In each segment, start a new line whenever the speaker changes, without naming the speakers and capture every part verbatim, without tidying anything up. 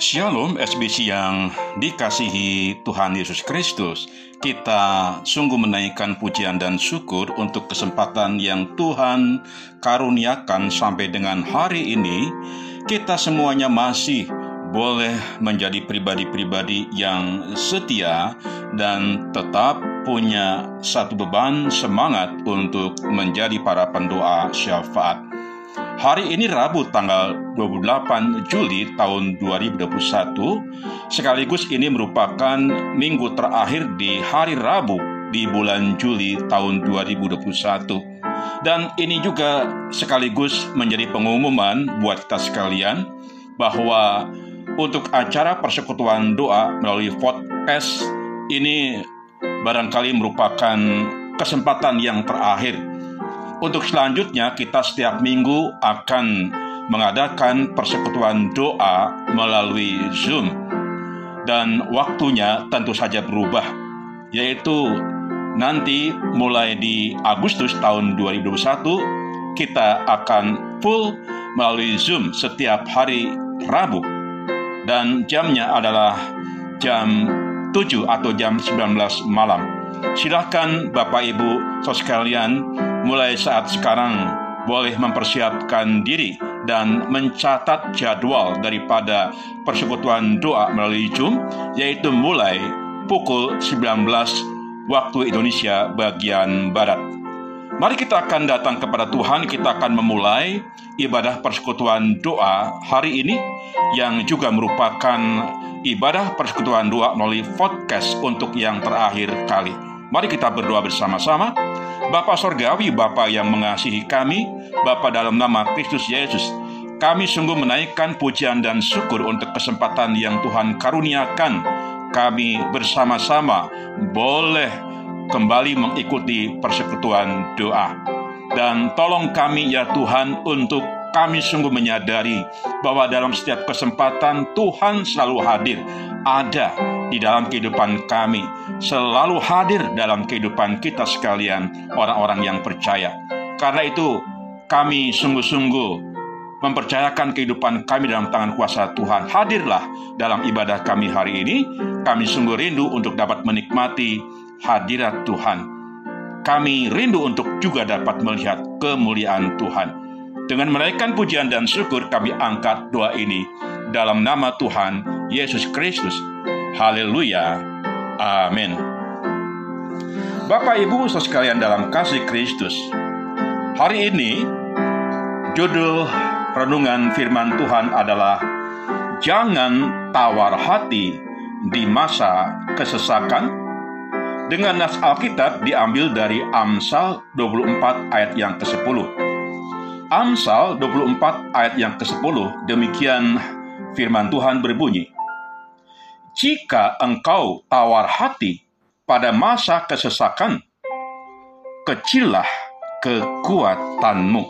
Shalom S B C yang dikasihi Tuhan Yesus Kristus. Kita sungguh menaikkan pujian dan syukur untuk kesempatan yang Tuhan karuniakan sampai dengan hari ini. Kita semuanya masih boleh menjadi pribadi-pribadi yang setia dan tetap punya satu beban semangat untuk menjadi para pendoa syafaat. Hari ini Rabu tanggal dua puluh delapan Juli tahun dua ribu dua puluh satu, sekaligus ini merupakan minggu terakhir di hari Rabu di bulan Juli tahun dua ribu dua puluh satu. Dan ini juga sekaligus menjadi pengumuman buat kita sekalian bahwa untuk acara persekutuan doa melalui podcast ini barangkali merupakan kesempatan yang terakhir. Untuk selanjutnya kita setiap minggu akan mengadakan persekutuan doa melalui Zoom. Dan waktunya tentu saja berubah, yaitu nanti mulai di Agustus tahun dua ribu dua puluh satu kita akan full melalui Zoom setiap hari Rabu. Dan jamnya adalah jam tujuh atau jam sembilan belas malam. Silakan Bapak Ibu saudara sekalian, mulai saat sekarang boleh mempersiapkan diri dan mencatat jadwal daripada persekutuan doa melalui Zoom, yaitu mulai pukul sembilan belas waktu Indonesia bagian Barat. Mari kita akan datang kepada Tuhan, kita akan memulai ibadah persekutuan doa hari ini, yang juga merupakan ibadah persekutuan doa melalui podcast untuk yang terakhir kali. Mari kita berdoa bersama-sama. Bapa Sorgawi, Bapa yang mengasihi kami, Bapa dalam nama Kristus Yesus, kami sungguh menaikkan pujian dan syukur untuk kesempatan yang Tuhan karuniakan. Kami bersama-sama boleh kembali mengikuti persekutuan doa. Dan tolong kami ya Tuhan, untuk kami sungguh menyadari bahwa dalam setiap kesempatan Tuhan selalu hadir, ada di dalam kehidupan kami, selalu hadir dalam kehidupan kita sekalian, orang-orang yang percaya. Karena itu kami sungguh-sungguh mempercayakan kehidupan kami dalam tangan kuasa Tuhan. Hadirlah dalam ibadah kami hari ini. Kami sungguh rindu untuk dapat menikmati hadirat Tuhan. Kami rindu untuk juga dapat melihat kemuliaan Tuhan. Dengan menaikkan pujian dan syukur, kami angkat doa ini dalam nama Tuhan Yesus Kristus. Haleluya. Amin. Bapak Ibu saudara sekalian dalam kasih Kristus, hari ini judul renungan firman Tuhan adalah jangan tawar hati di masa kesesakan. Dengan nas Alkitab diambil dari Amsal dua puluh empat ayat yang kesepuluh. Amsal dua puluh empat ayat yang kesepuluh, demikian firman Tuhan berbunyi, jika engkau tawar hati pada masa kesesakan, kecillah kekuatanmu.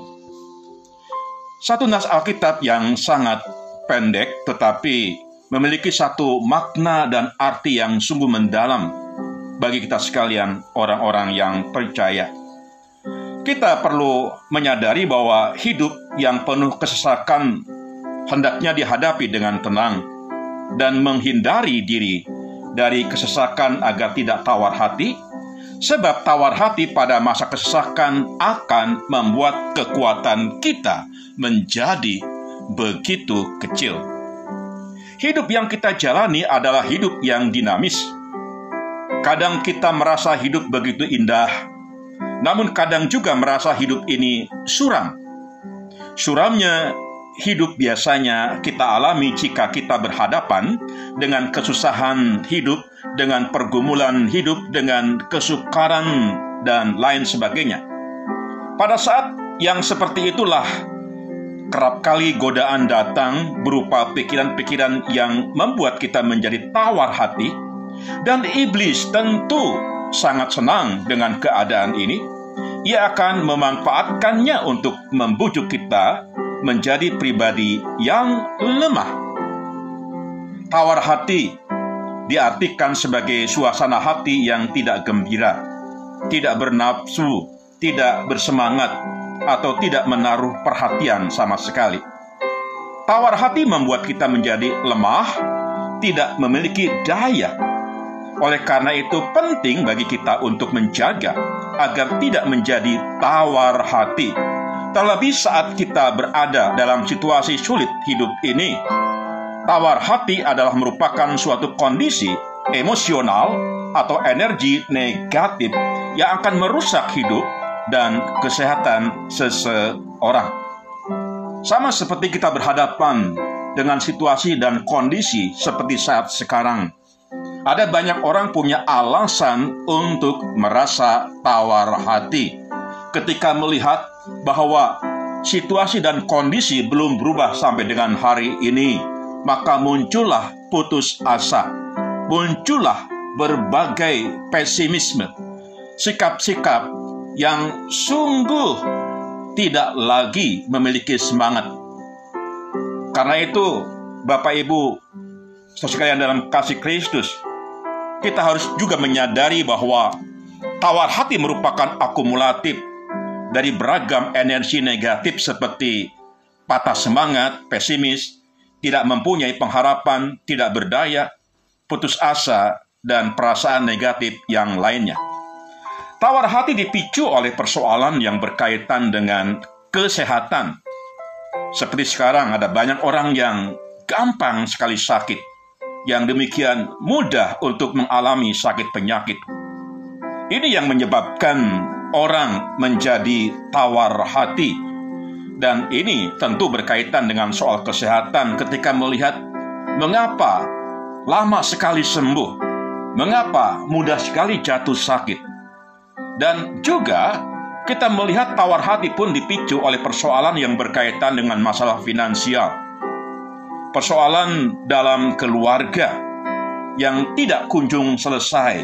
Satu nas Alkitab yang sangat pendek tetapi memiliki satu makna dan arti yang sungguh mendalam bagi kita sekalian, orang-orang yang percaya. Kita perlu menyadari bahwa hidup yang penuh kesesakan hendaknya dihadapi dengan tenang dan menghindari diri dari kesesakan agar tidak tawar hati, sebab tawar hati pada masa kesesakan akan membuat kekuatan kita menjadi begitu kecil. Hidup yang kita jalani adalah hidup yang dinamis. Kadang kita merasa hidup begitu indah, namun kadang juga merasa hidup ini suram. Suramnya hidup biasanya kita alami jika kita berhadapan dengan kesusahan hidup, dengan pergumulan hidup, dengan kesukaran, dan lain sebagainya. Pada saat yang seperti itulah kerap kali godaan datang berupa pikiran-pikiran yang membuat kita menjadi tawar hati, dan iblis tentu sangat senang dengan keadaan ini. Ia akan memanfaatkannya untuk membujuk kita menjadi pribadi yang lemah. Tawar hati diartikan sebagai suasana hati yang tidak gembira, tidak bernafsu, tidak bersemangat, atau tidak menaruh perhatian sama sekali. Tawar hati membuat kita menjadi lemah, tidak memiliki daya. Oleh karena itu penting bagi kita untuk menjaga agar tidak menjadi tawar hati. Terlebih saat kita berada dalam situasi sulit hidup ini. Tawar hati adalah merupakan suatu kondisi emosional atau energi negatif yang akan merusak hidup dan kesehatan seseorang. Sama seperti kita berhadapan dengan situasi dan kondisi seperti saat sekarang. Ada banyak orang punya alasan untuk merasa tawar hati ketika melihat bahwa situasi dan kondisi belum berubah sampai dengan hari ini. Maka muncullah putus asa, muncullah berbagai pesimisme, sikap-sikap yang sungguh tidak lagi memiliki semangat. Karena itu, Bapak Ibu, sekalian dalam kasih Kristus, kita harus juga menyadari bahwa tawar hati merupakan akumulatif dari beragam energi negatif seperti patah semangat, pesimis, tidak mempunyai pengharapan, tidak berdaya, putus asa, dan perasaan negatif yang lainnya. Tawar hati dipicu oleh persoalan yang berkaitan dengan kesehatan. Seperti sekarang ada banyak orang yang gampang sekali sakit, yang demikian mudah untuk mengalami sakit penyakit. Ini yang menyebabkan orang menjadi tawar hati. Dan ini tentu berkaitan dengan soal kesehatan ketika melihat mengapa lama sekali sembuh, mengapa mudah sekali jatuh sakit. Dan juga kita melihat tawar hati pun dipicu oleh persoalan yang berkaitan dengan masalah finansial. Persoalan dalam keluarga yang tidak kunjung selesai.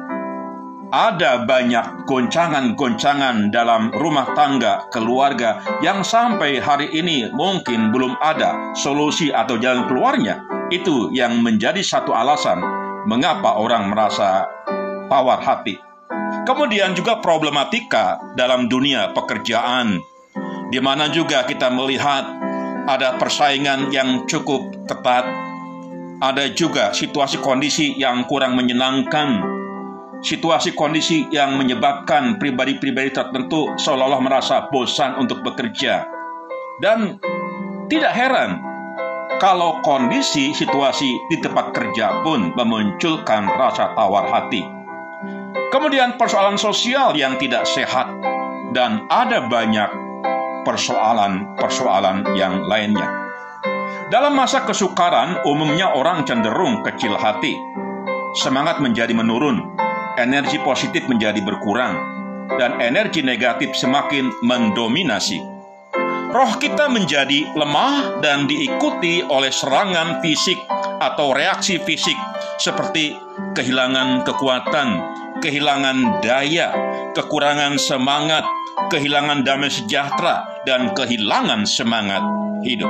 Ada banyak goncangan-goncangan dalam rumah tangga keluarga yang sampai hari ini mungkin belum ada solusi atau jalan keluarnya. Itu yang menjadi satu alasan mengapa orang merasa tawar hati. Kemudian juga problematika dalam dunia pekerjaan, di mana juga kita melihat ada persaingan yang cukup ketat. Ada juga situasi kondisi yang kurang menyenangkan, situasi kondisi yang menyebabkan pribadi-pribadi tertentu seolah-olah merasa bosan untuk bekerja. Dan tidak heran kalau kondisi situasi di tempat kerja pun memunculkan rasa tawar hati. Kemudian persoalan sosial yang tidak sehat, dan ada banyak persoalan-persoalan yang lainnya. Dalam masa kesukaran, umumnya orang cenderung kecil hati. Semangat menjadi menurun, energi positif menjadi berkurang, dan energi negatif semakin mendominasi. Roh kita menjadi lemah dan diikuti oleh serangan fisik atau reaksi fisik seperti kehilangan kekuatan, kehilangan daya, kekurangan semangat, kehilangan damai sejahtera, dan kehilangan semangat hidup.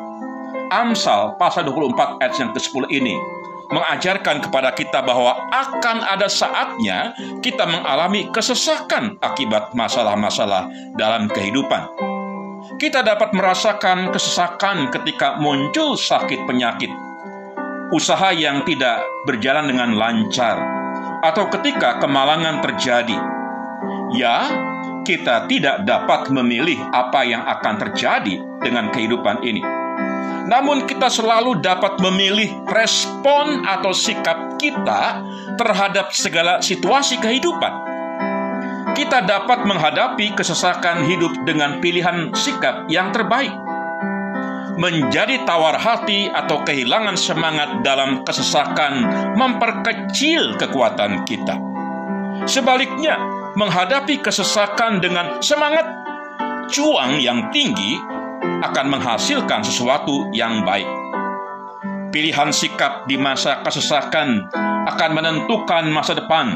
Amsal pasal dua puluh empat ayat yang kesepuluh ini mengajarkan kepada kita bahwa akan ada saatnya kita mengalami kesesakan akibat masalah-masalah dalam kehidupan. Kita dapat merasakan kesesakan ketika muncul sakit penyakit, usaha yang tidak berjalan dengan lancar, atau ketika kemalangan terjadi. Ya, kita tidak dapat memilih apa yang akan terjadi dengan kehidupan ini. Namun kita selalu dapat memilih respon atau sikap kita terhadap segala situasi kehidupan. Kita dapat menghadapi kesesakan hidup dengan pilihan sikap yang terbaik. Menjadi tawar hati atau kehilangan semangat dalam kesesakan memperkecil kekuatan kita. Sebaliknya, menghadapi kesesakan dengan semangat juang yang tinggi akan menghasilkan sesuatu yang baik. Pilihan sikap di masa kesesakan akan menentukan masa depan.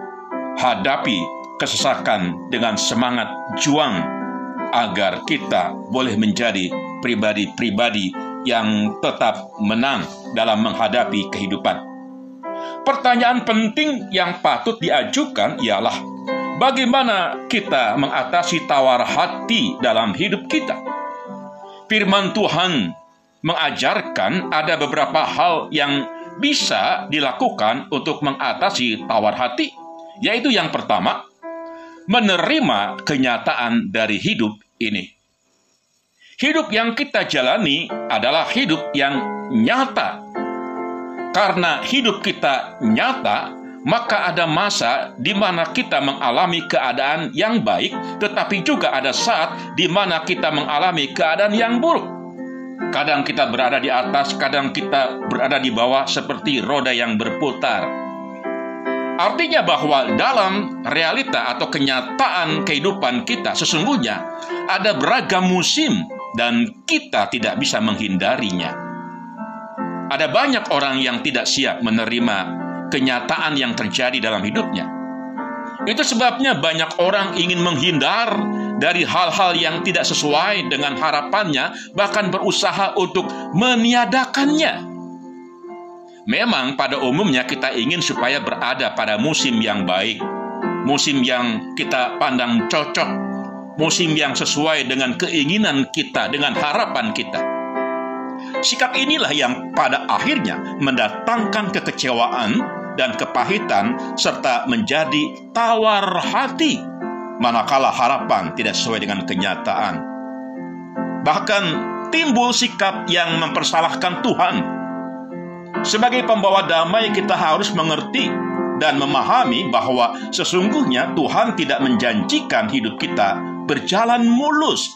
Hadapi kesesakan dengan semangat juang agar kita boleh menjadi pribadi-pribadi yang tetap menang dalam menghadapi kehidupan. Pertanyaan penting yang patut diajukan ialah bagaimana kita mengatasi tawar hati dalam hidup kita. Firman Tuhan mengajarkan ada beberapa hal yang bisa dilakukan untuk mengatasi tawar hati, yaitu yang pertama, menerima kenyataan dari hidup ini. Hidup yang kita jalani adalah hidup yang nyata. Karena hidup kita nyata, maka ada masa di mana kita mengalami keadaan yang baik, tetapi juga ada saat di mana kita mengalami keadaan yang buruk. Kadang kita berada di atas, kadang kita berada di bawah seperti roda yang berputar. Artinya bahwa dalam realita atau kenyataan kehidupan kita sesungguhnya ada beragam musim dan kita tidak bisa menghindarinya. Ada banyak orang yang tidak siap menerima kenyataan yang terjadi dalam hidupnya. Itu sebabnya banyak orang ingin menghindar dari hal-hal yang tidak sesuai dengan harapannya, bahkan berusaha untuk meniadakannya. Memang pada umumnya kita ingin supaya berada pada musim yang baik, musim yang kita pandang cocok, musim yang sesuai dengan keinginan kita, dengan harapan kita. Sikap inilah yang pada akhirnya mendatangkan kekecewaan dan kepahitan serta menjadi tawar hati manakala harapan tidak sesuai dengan kenyataan. Bahkan timbul sikap yang mempersalahkan Tuhan. Sebagai pembawa damai kita harus mengerti dan memahami bahwa sesungguhnya Tuhan tidak menjanjikan hidup kita berjalan mulus.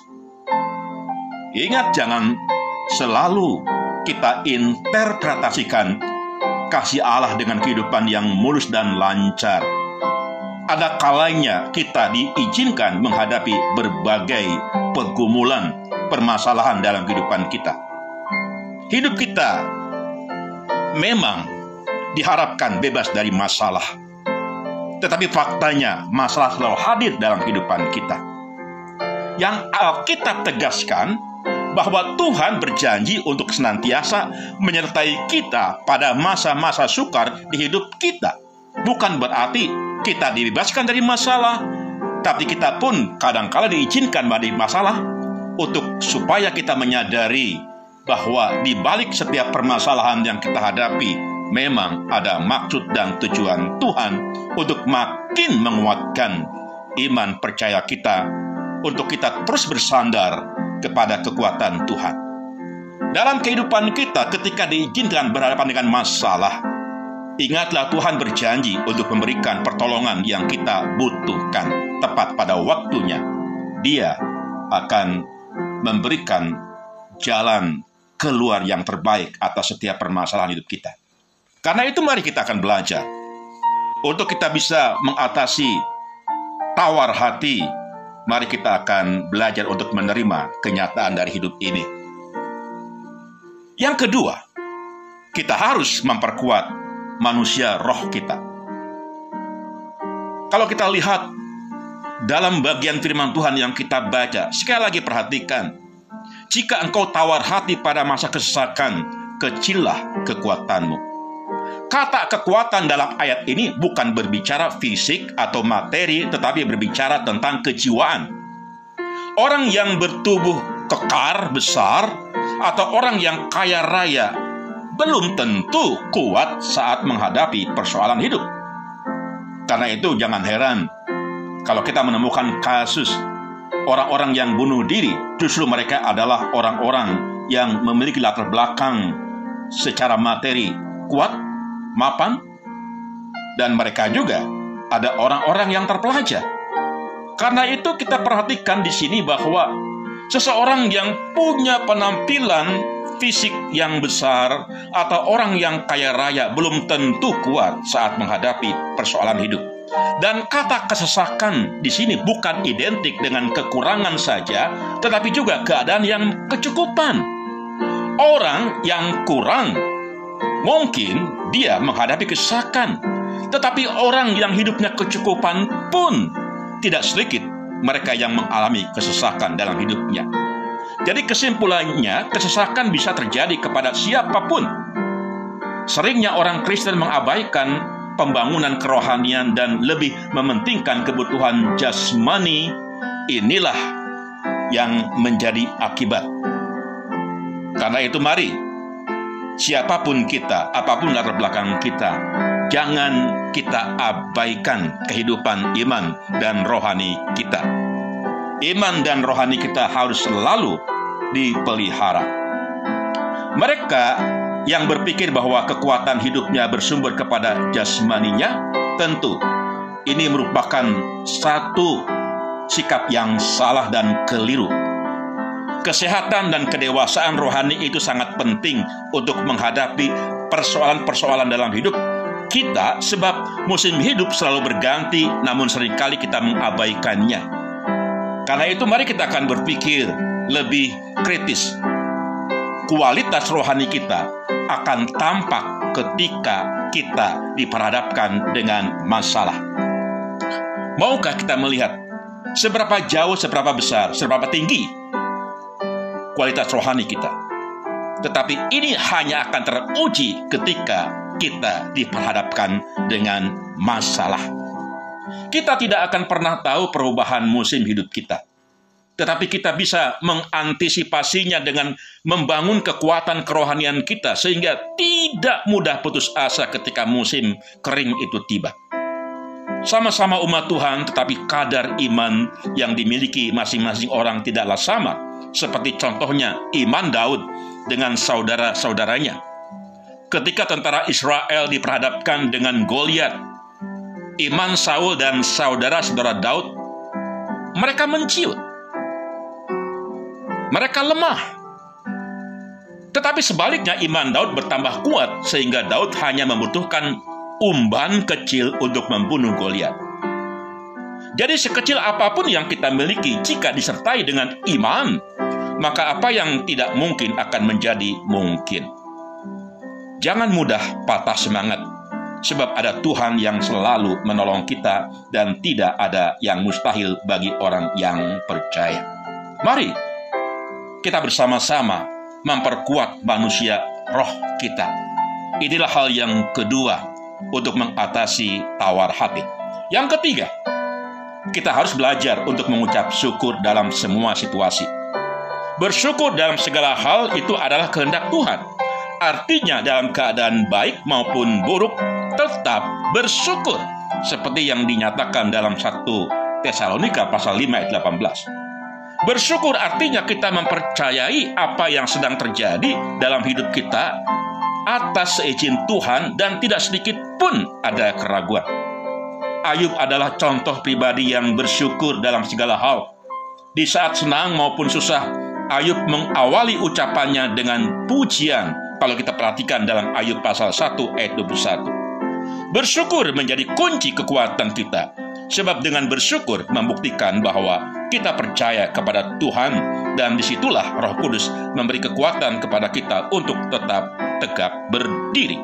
Ingat, jangan selalu kita interpretasikan kasih Allah dengan kehidupan yang mulus dan lancar. Ada kalanya kita diizinkan menghadapi berbagai pergumulan, permasalahan dalam kehidupan kita. Hidup kita memang diharapkan bebas dari masalah. Tetapi faktanya masalah selalu hadir dalam kehidupan kita. Yang Alkitab tegaskan bahwa Tuhan berjanji untuk senantiasa menyertai kita pada masa-masa sukar di hidup kita. Bukan berarti kita dibebaskan dari masalah, tapi kita pun kadang-kala diizinkan dari masalah untuk supaya kita menyadari bahwa di balik setiap permasalahan yang kita hadapi memang ada maksud dan tujuan Tuhan untuk makin menguatkan iman percaya kita, untuk kita terus bersandar kepada kekuatan Tuhan. Dalam kehidupan kita ketika diizinkan berhadapan dengan masalah, ingatlah Tuhan berjanji untuk memberikan pertolongan yang kita butuhkan tepat pada waktunya. Dia akan memberikan jalan keluar yang terbaik atas setiap permasalahan hidup kita. Karena itu mari kita akan belajar untuk kita bisa mengatasi tawar hati. Mari kita akan belajar untuk menerima kenyataan dari hidup ini. Yang kedua, kita harus memperkuat manusia roh kita. Kalau kita lihat dalam bagian firman Tuhan yang kita baca, sekali lagi perhatikan, jika engkau tawar hati pada masa kesesakan, kecillah kekuatanmu. Kata kekuatan dalam ayat ini bukan berbicara fisik atau materi, tetapi berbicara tentang kejiwaan. Orang yang bertubuh kekar, besar, atau orang yang kaya raya belum tentu kuat saat menghadapi persoalan hidup. Karena itu jangan heran kalau kita menemukan kasus orang-orang yang bunuh diri, justru mereka adalah orang-orang yang memiliki latar belakang secara materi kuat, mapan, dan mereka juga ada orang-orang yang terpelajar. Karena itu kita perhatikan di sini bahwa seseorang yang punya penampilan fisik yang besar atau orang yang kaya raya belum tentu kuat saat menghadapi persoalan hidup. Dan kata kesesakan di sini bukan identik dengan kekurangan saja, tetapi juga keadaan yang kecukupan. Orang yang kurang mungkin dia menghadapi kesesakan, tetapi orang yang hidupnya kecukupan pun tidak sedikit mereka yang mengalami kesesakan dalam hidupnya. Jadi kesimpulannya, kesesakan bisa terjadi kepada siapapun. Seringnya orang Kristen mengabaikan pembangunan kerohanian dan lebih mementingkan kebutuhan jasmani. Inilah yang menjadi akibat. Karena itu mari, siapapun kita, apapun latar belakang kita, jangan kita abaikan kehidupan iman dan rohani kita. Iman dan rohani kita harus selalu dipelihara. Mereka yang berpikir bahwa kekuatan hidupnya bersumber kepada jasmaninya, tentu ini merupakan satu sikap yang salah dan keliru. Kesehatan dan kedewasaan rohani itu sangat penting untuk menghadapi persoalan-persoalan dalam hidup kita, sebab musim hidup selalu berganti, namun seringkali kita mengabaikannya. Karena itu mari kita akan berpikir lebih kritis. Kualitas rohani kita akan tampak ketika kita diperhadapkan dengan masalah. Maukah kita melihat seberapa jauh, seberapa besar, seberapa tinggi kualitas rohani kita? Tetapi ini hanya akan teruji ketika kita diperhadapkan dengan masalah. Kita tidak akan pernah tahu perubahan musim hidup kita, tetapi kita bisa mengantisipasinya dengan membangun kekuatan kerohanian kita sehingga tidak mudah putus asa ketika musim kering itu tiba. Sama-sama umat Tuhan, tetapi kadar iman yang dimiliki masing-masing orang tidaklah sama. Seperti contohnya iman Daud dengan saudara-saudaranya. Ketika tentara Israel diperhadapkan dengan Goliat, iman Saul dan saudara-saudara Daud, mereka menciut. Mereka lemah. Tetapi sebaliknya iman Daud bertambah kuat sehingga Daud hanya membutuhkan umban kecil untuk membunuh Goliat. Jadi sekecil apapun yang kita miliki, jika disertai dengan iman, maka apa yang tidak mungkin akan menjadi mungkin. Jangan mudah patah semangat, sebab ada Tuhan yang selalu menolong kita dan tidak ada yang mustahil bagi orang yang percaya. Mari kita bersama-sama memperkuat manusia roh kita. Inilah hal yang kedua untuk mengatasi tawar hati. Yang ketiga, kita harus belajar untuk mengucap syukur dalam semua situasi. Bersyukur dalam segala hal itu adalah kehendak Tuhan. Artinya dalam keadaan baik maupun buruk tetap bersyukur, seperti yang dinyatakan dalam satu Tesalonika pasal lima ayat delapan belas. Bersyukur artinya kita mempercayai apa yang sedang terjadi dalam hidup kita atas seizin Tuhan dan tidak sedikit pun ada keraguan. Ayub adalah contoh pribadi yang bersyukur dalam segala hal. Di saat senang maupun susah, Ayub mengawali ucapannya dengan pujian. Kalau kita perhatikan dalam Ayub pasal satu ayat dua puluh satu. Bersyukur menjadi kunci kekuatan kita. Sebab dengan bersyukur membuktikan bahwa kita percaya kepada Tuhan, dan disitulah Roh Kudus memberi kekuatan kepada kita untuk tetap tegak berdiri.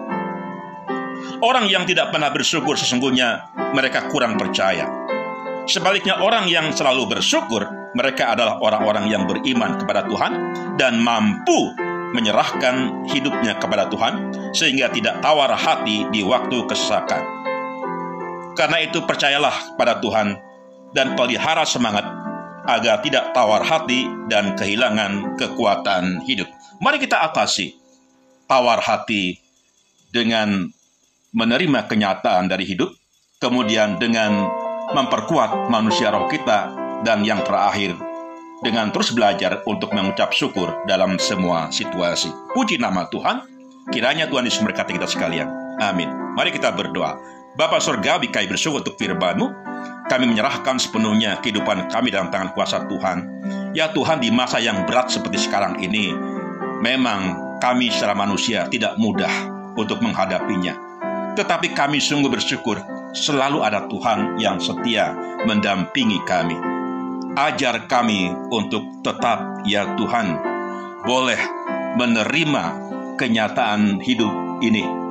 Orang yang tidak pernah bersyukur sesungguhnya mereka kurang percaya. Sebaliknya orang yang selalu bersyukur, mereka adalah orang-orang yang beriman kepada Tuhan dan mampu menyerahkan hidupnya kepada Tuhan sehingga tidak tawar hati di waktu kesesakan. Karena itu percayalah pada Tuhan dan pelihara semangat agar tidak tawar hati dan kehilangan kekuatan hidup. Mari kita atasi tawar hati dengan menerima kenyataan dari hidup, kemudian dengan memperkuat manusia roh kita, dan yang terakhir dengan terus belajar untuk mengucap syukur dalam semua situasi. Puji nama Tuhan, kiranya Tuhan Yesus memberkati kita sekalian. Amin. Mari kita berdoa. Bapa Surgawi, kami bersyukur untuk firman-Mu. Kami menyerahkan sepenuhnya kehidupan kami dalam tangan kuasa Tuhan. Ya Tuhan, di masa yang berat seperti sekarang ini, memang kami secara manusia tidak mudah untuk menghadapinya. Tetapi kami sungguh bersyukur selalu ada Tuhan yang setia mendampingi kami. Ajar kami untuk tetap, ya Tuhan, boleh menerima kenyataan hidup ini.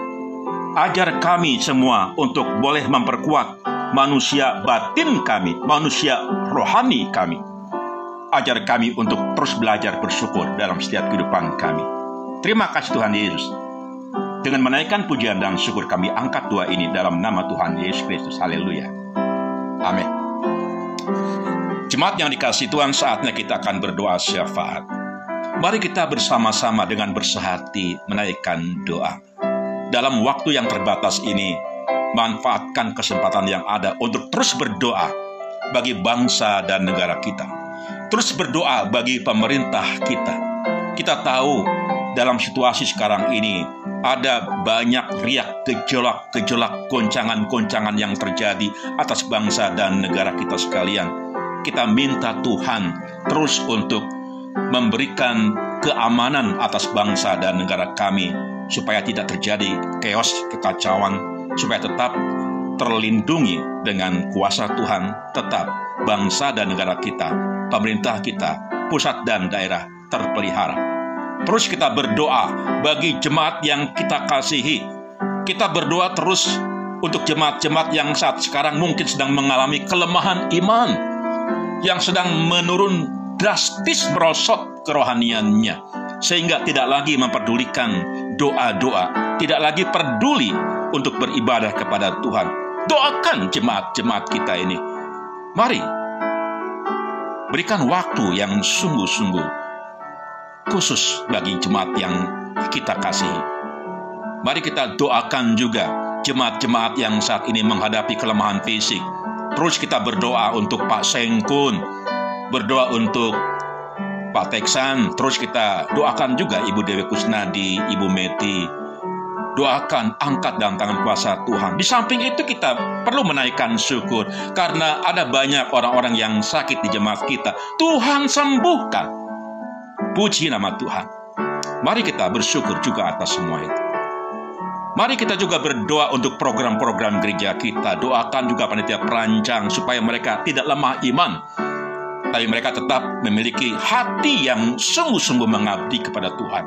Ajar kami semua untuk boleh memperkuat manusia batin kami, manusia rohani kami. Ajar kami untuk terus belajar bersyukur dalam setiap kehidupan kami. Terima kasih Tuhan Yesus. Dengan menaikkan pujian dan syukur kami angkat doa ini dalam nama Tuhan Yesus Kristus. Haleluya. Amin. Jemaat yang dikasihi Tuhan, saatnya kita akan berdoa syafaat. Mari kita bersama-sama dengan bersehati menaikkan doa. Dalam waktu yang terbatas ini, manfaatkan kesempatan yang ada untuk terus berdoa bagi bangsa dan negara kita. Terus berdoa bagi pemerintah kita. Kita tahu dalam situasi sekarang ini ada banyak riak, gejolak-gejolak, goncangan-goncangan yang terjadi atas bangsa dan negara kita sekalian. Kita minta Tuhan terus untuk memberikan keamanan atas bangsa dan negara kami, supaya tidak terjadi chaos, kekacauan, supaya tetap terlindungi dengan kuasa Tuhan, tetap bangsa dan negara kita, pemerintah kita, pusat dan daerah terpelihara. Terus kita berdoa bagi jemaat yang kita kasihi. Kita berdoa terus untuk jemaat-jemaat yang saat sekarang mungkin sedang mengalami kelemahan iman, yang sedang menurun drastis, merosot kerohaniannya, sehingga tidak lagi memperdulikan doa-doa, tidak lagi peduli untuk beribadah kepada Tuhan. Doakan jemaat-jemaat kita ini. Mari berikan waktu yang sungguh-sungguh khusus bagi jemaat yang kita kasihi. Mari kita doakan juga jemaat-jemaat yang saat ini menghadapi kelemahan fisik. Terus kita berdoa untuk Pak Sengkun, berdoa untuk Pak Teksan. Terus kita doakan juga Ibu Dewi Kusnadi, Ibu Meti. Doakan, angkat dalam tangan kuasa Tuhan. Di samping itu kita perlu menaikkan syukur, karena ada banyak orang-orang yang sakit di jemaat kita. Tuhan sembuhkan. Puji nama Tuhan. Mari kita bersyukur juga atas semua itu. Mari kita juga berdoa untuk program-program gereja kita. Doakan juga panitia perancang supaya mereka tidak lemah iman, tapi mereka tetap memiliki hati yang sungguh-sungguh mengabdi kepada Tuhan.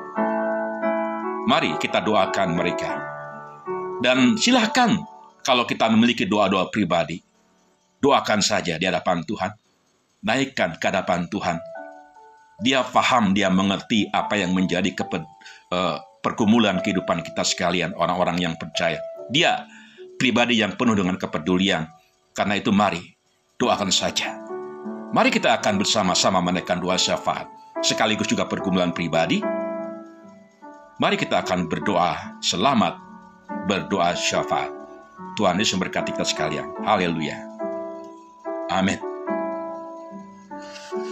Mari kita doakan mereka. Dan silahkan kalau kita memiliki doa-doa pribadi, doakan saja di hadapan Tuhan. Naikkan ke hadapan Tuhan. Dia paham, dia mengerti apa yang menjadi kepe, uh, pergumulan kehidupan kita sekalian, orang-orang yang percaya. Dia pribadi yang penuh dengan kepedulian. Karena itu mari doakan saja. Mari kita akan bersama-sama menaikkan doa syafaat, sekaligus juga pergumulan pribadi. Mari kita akan berdoa selamat, berdoa syafaat. Tuhan Yesus memberkati kita sekalian. Haleluya. Amin.